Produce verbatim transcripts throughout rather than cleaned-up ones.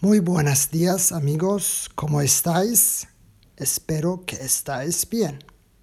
Muy buenos días amigos, ¿cómo estáis? Espero que estáis bien.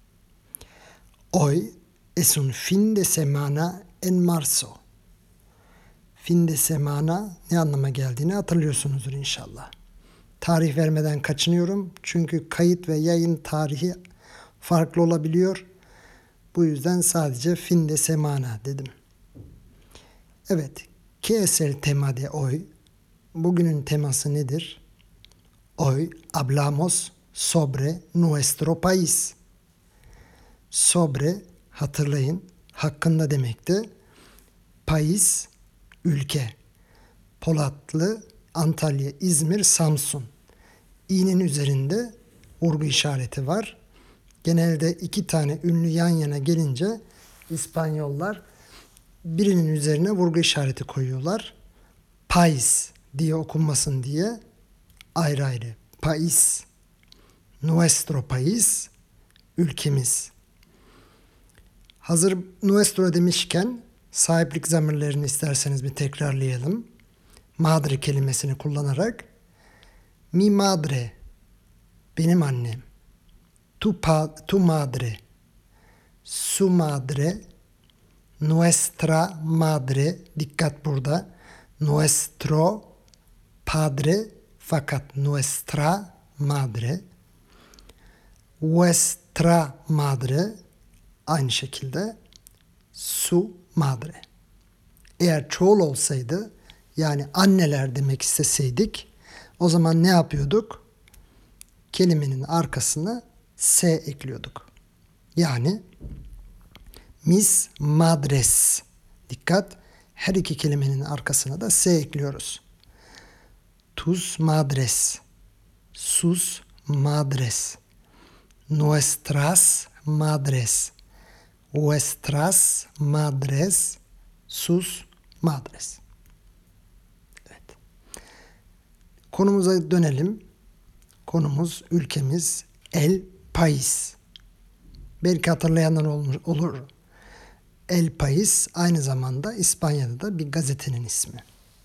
Hoy es un fin de semana en marzo. Fin de semana ne anlama geldiğini hatırlıyorsunuzdur inşallah. Tarih vermeden kaçınıyorum çünkü kayıt ve yayın tarihi farklı olabiliyor. Bu yüzden sadece fin de semana dedim. Evet, ¿qué es el tema de hoy? Bugünün teması nedir? Hoy hablamos sobre nuestro país. Sobre, hatırlayın, hakkında demekti. País, ülke. Polatlı, Antalya, İzmir, Samsun. İ'nin üzerinde vurgu işareti var. Genelde iki tane ünlü yan yana gelince İspanyollar birinin üzerine vurgu işareti koyuyorlar. País diye okunmasın diye ayrı ayrı. País, nuestro país, ülkemiz. Hazır nuestro demişken sahiplik zamirlerini isterseniz bir tekrarlayalım. Madre kelimesini kullanarak mi madre, benim annem. Tu, pa, tu madre, su madre, nuestra madre, dikkat burada. Nuestro padre, fakat nuestra madre, vuestra madre, aynı şekilde su madre. Eğer çoğul olsaydı, yani anneler demek isteseydik, o zaman ne yapıyorduk? Kelimenin arkasına s ekliyorduk. Yani mis madres. Dikkat, her iki kelimenin arkasına da s ekliyoruz. Tus madres, sus madres, nuestras madres, vuestras madres, sus madres. Evet. Konumuza dönelim. Konumuz, ülkemiz, el país. Belki hatırlayanlar olur. El País aynı zamanda İspanya'da da bir gazetenin ismi.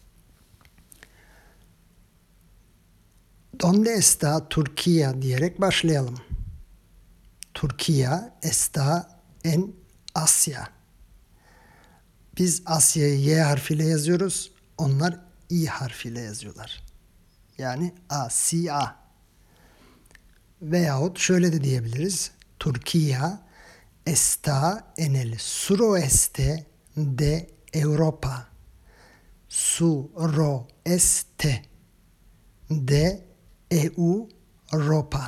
Donde está Turquía diyerek başlayalım. Türkiye está en Asya. Biz Asya'yı Y harfiyle yazıyoruz. Onlar İ harfiyle yazıyorlar. Yani Asya. Veyahut şöyle de diyebiliriz. Türkiye está en el suroeste de Europa. Suroeste de Europa.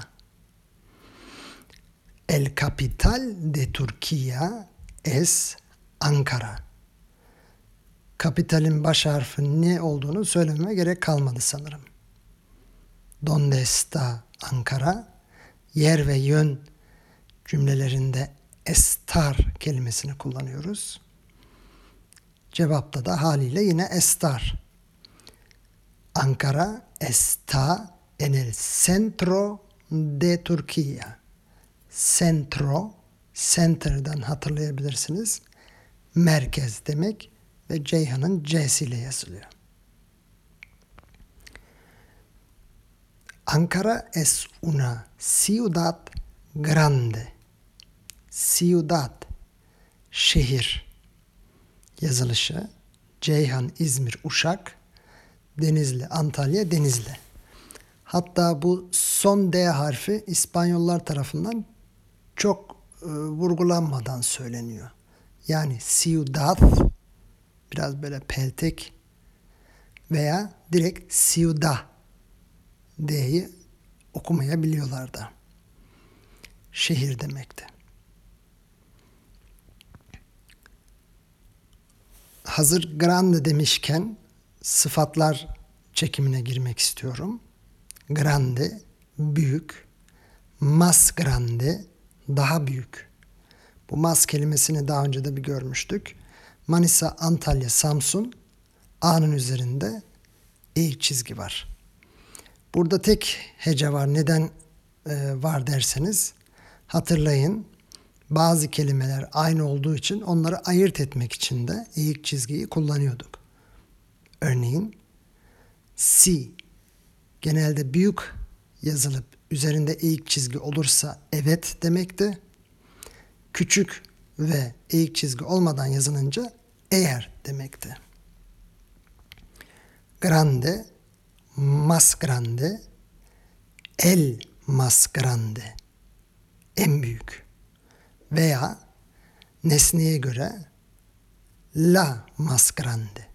El capital de Turquía es Ankara. Kapitalin baş harfi ne olduğunu söylememe gerek kalmadı sanırım. Donde está Ankara? Yer ve yön cümlelerinde estar kelimesini kullanıyoruz. Cevapta da haliyle estar. estar. Ankara está en el centro de Turquía. Centro, center'dan hatırlayabilirsiniz. Merkez demek ve Ceyhan'ın C'siyle yazılıyor. Ankara es una ciudad grande. Ciudad, şehir. Yazılışı Ceyhan, İzmir, Uşak, Denizli, Antalya, Denizli. Hatta bu son D harfi İspanyollar tarafından çok e, vurgulanmadan söyleniyor. Yani ciudad biraz böyle peltek veya direkt ciudad D'yi okumayabiliyorlar da. Şehir demekti. Hazır grande demişken sıfatlar çekimine girmek istiyorum. Grande, büyük. Más grande, daha büyük. Bu más kelimesini daha önce de bir görmüştük. Manisa, Antalya, Samsun. A'nın üzerinde eğik çizgi var. Burada tek hece var. Neden e, var derseniz hatırlayın. Bazı kelimeler aynı olduğu için onları ayırt etmek için de eğik çizgiyi kullanıyorduk. Örneğin si genelde büyük yazılıp üzerinde eğik çizgi olursa evet demekti. Küçük ve eğik çizgi olmadan yazılınca eğer demekti. Grande, más grande, el más grande, en büyük. Veya nesneye göre la más grande.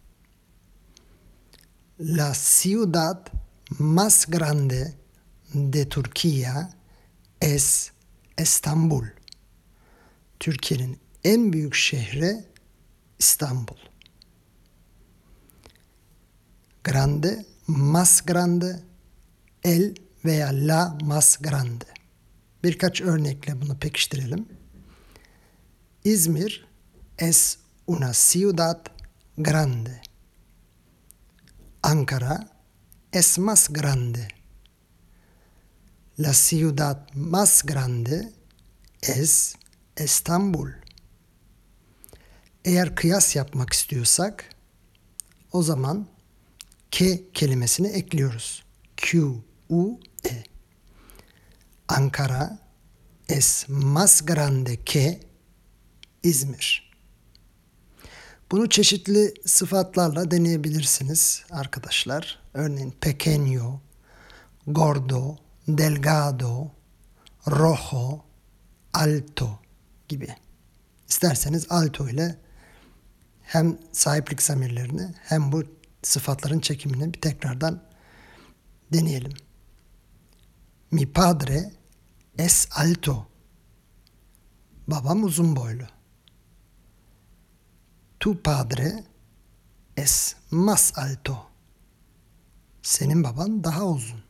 La ciudad más grande de Turquía es İstanbul. Türkiye'nin en büyük şehri İstanbul. Grande, más grande, el veya la más grande. Birkaç örnekle bunu pekiştirelim. İzmir es una ciudad grande. Ankara es más grande. La ciudad más grande es İstanbul. Eğer kıyas yapmak istiyorsak o zaman ke kelimesini ekliyoruz. Q, U, E. Ankara es más grande que İzmir. Bunu çeşitli sıfatlarla deneyebilirsiniz arkadaşlar. Örneğin pequeño, gordo, delgado, rojo, alto gibi. İsterseniz alto ile hem sahiplik zamirlerini hem bu sıfatların çekimini bir tekrardan deneyelim. Mi padre es alto. Babam uzun boylu. Tu padre es más alto. Senin baban daha uzun.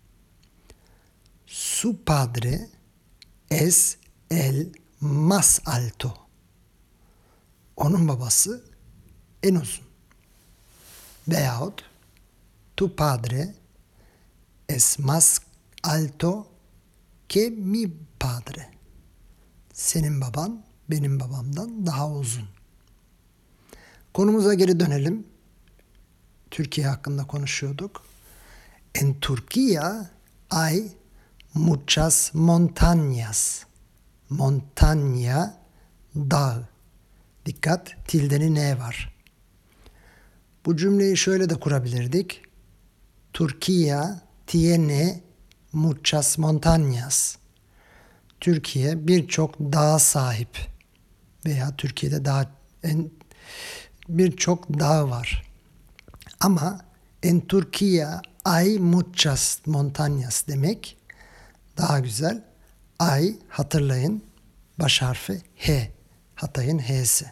Su padre es el más alto. Onun babası en uzun. Veyahut tu padre es más alto que mi padre. Senin baban benim babamdan daha uzun. Konumuza geri dönelim. Türkiye hakkında konuşuyorduk. En Turquía hay muchas montañas. Montaña, dağ. Dikkat, tildenin ne var? Bu cümleyi şöyle de kurabilirdik. Turquía tiene muchas montañas. Türkiye birçok dağa sahip. Veya Türkiye'de dağ, en, birçok dağ var. Ama en Turquía hay muchas montañas demek daha güzel. Ay, hatırlayın, baş harfi H. Hatay'ın H'si.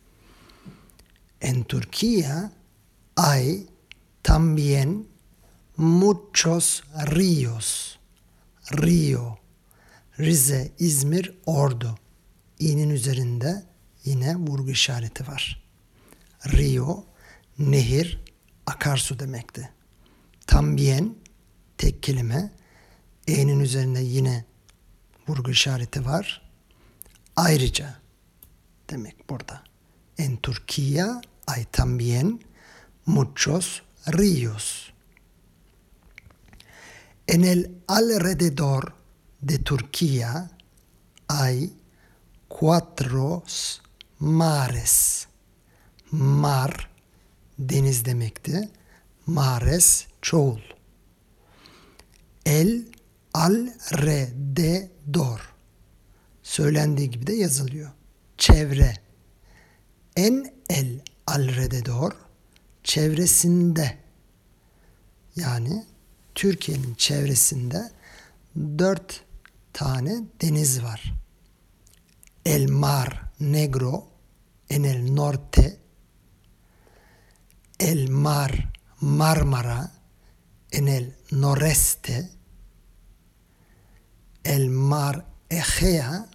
En Turquía hay también muchos ríos. Rio. Rize, İzmir, Ordu. İ'nin üzerinde yine vurgu işareti var. Rio, nehir, akarsu demekti. También, tek kelime. E'nin üzerinde yine vurgu işareti var. Ayrıca demek burada. En Turquía hay también muchos ríos. En el alrededor de Turquía hay cuatro mares. Mar, deniz demekti. Mares, çoğul. El alrededor. Söylendiği gibi de yazılıyor. Çevre. En el alrededor, çevresinde. Yani Türkiye'nin çevresinde dört tane deniz var. El Mar Negro en el norte, el Mar Marmara en el noreste, el Mar Egea,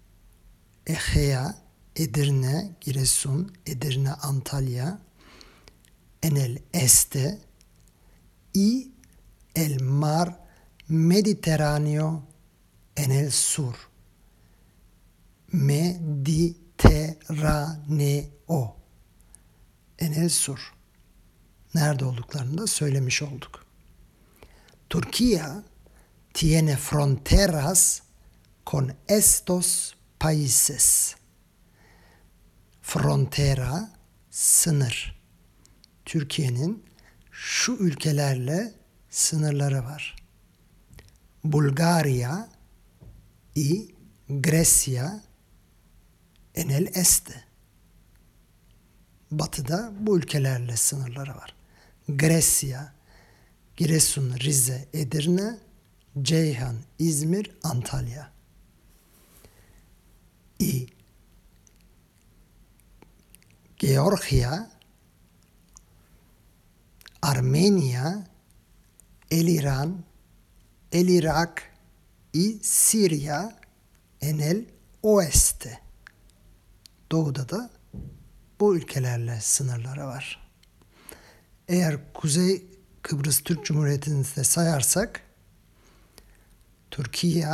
Egea, Edirne, Giresun, Edirne, Antalya, en el este, y el Mar Mediterráneo en el sur. Mediterráneo en el sur. Nerede olduklarını da söylemiş olduk. Turquía tiene fronteras con estos países. Frontera, sınır. Türkiye'nin şu ülkelerle sınırları var. Bulgaria y Grecia en el este. Batıda bu ülkelerle sınırları var. Grecia, Giresun, Rize, Edirne, Ceyhan, İzmir, Antalya. Y Georgia, Armenia, el İran, el Irak y Siria en el oeste. Doğuda da bu ülkelerle sınırları var. Eğer Kuzey Kıbrıs Türk Cumhuriyeti'ni de sayarsak, Türkiye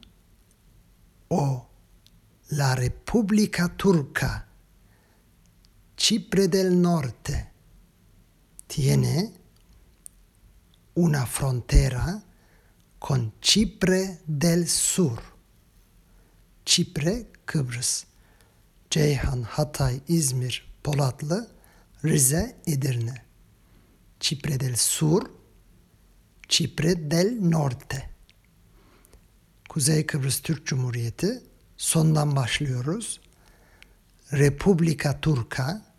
o la Repubblica Turca Chipre del Norte tiene una frontera con Chipre del Sur. Chipre, Kıbrıs. Ceyhan, Hatay, İzmir, Polatlı, Rize, Edirne. Chipre del Sur, Chipre del Norte. Kuzey Kıbrıs Türk Cumhuriyeti, sondan başlıyoruz. Repubblica Turca,